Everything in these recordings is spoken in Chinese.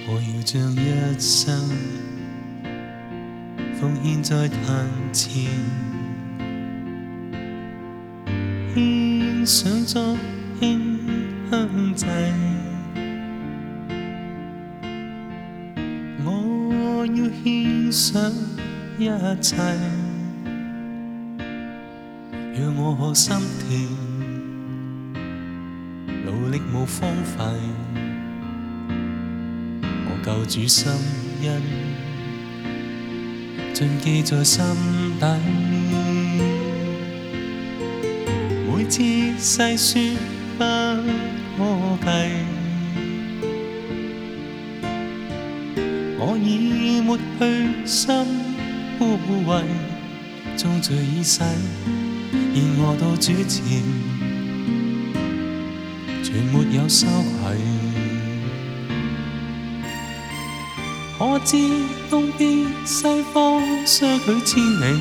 我要將一生奉獻在壇前，獻上作馨香祭。我要獻上一切，讓我可心田，努力無荒廢。我救主心恩，盡記在心底。每次細說不可計，我已抹去心污穢，重罪已洗，現我到主前，全沒有羞愧。我知東邊西方相距千里，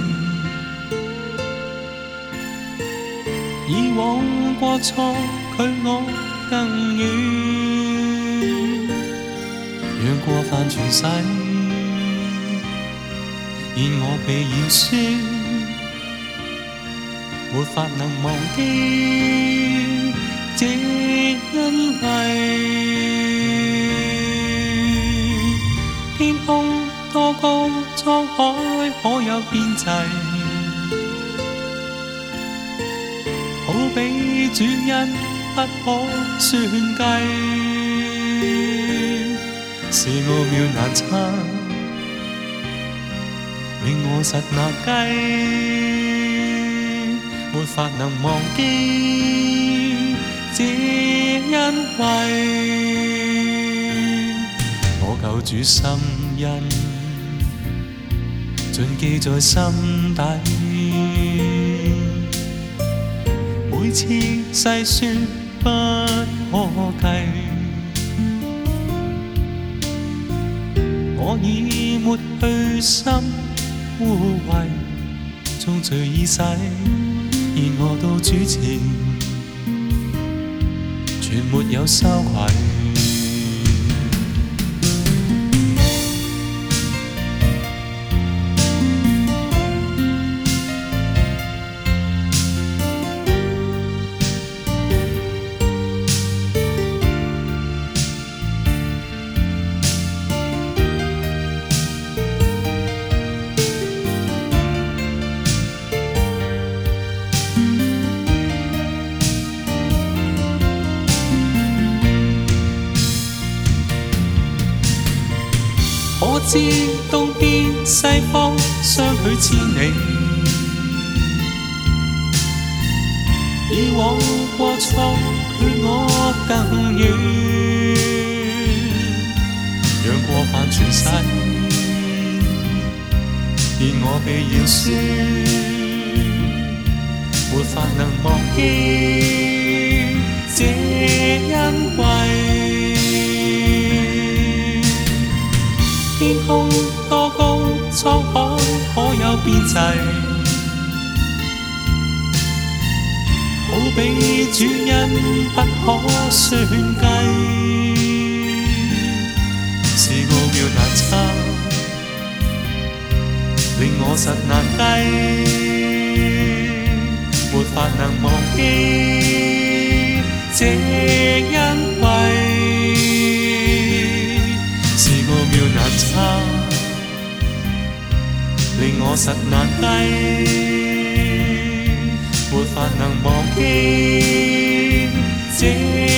以往過錯距我更遠，讓過犯全洗，現我被饒恕，沒法能忘記這恩惠。天空多高，滄海可有邊際？好比主恩不可算計，是奧妙難測，令我實難計，沒法能忘記這恩惠。我救主心恩，盡記在心底。每次細說不可計，我已抹去心污穢，重罪已洗，現我到主前，全沒有羞愧。我知東邊西方相距千里，以往過錯距我更遠，讓過犯全洗，現我被饒恕，沒法能忘記這恩惠。天空多高，滄海可有邊際？好比主恩不可算計，是奧妙難測，令我實難計，沒法能忘記這恩惠。是奧妙難測，令我實難計，沒法能忘記這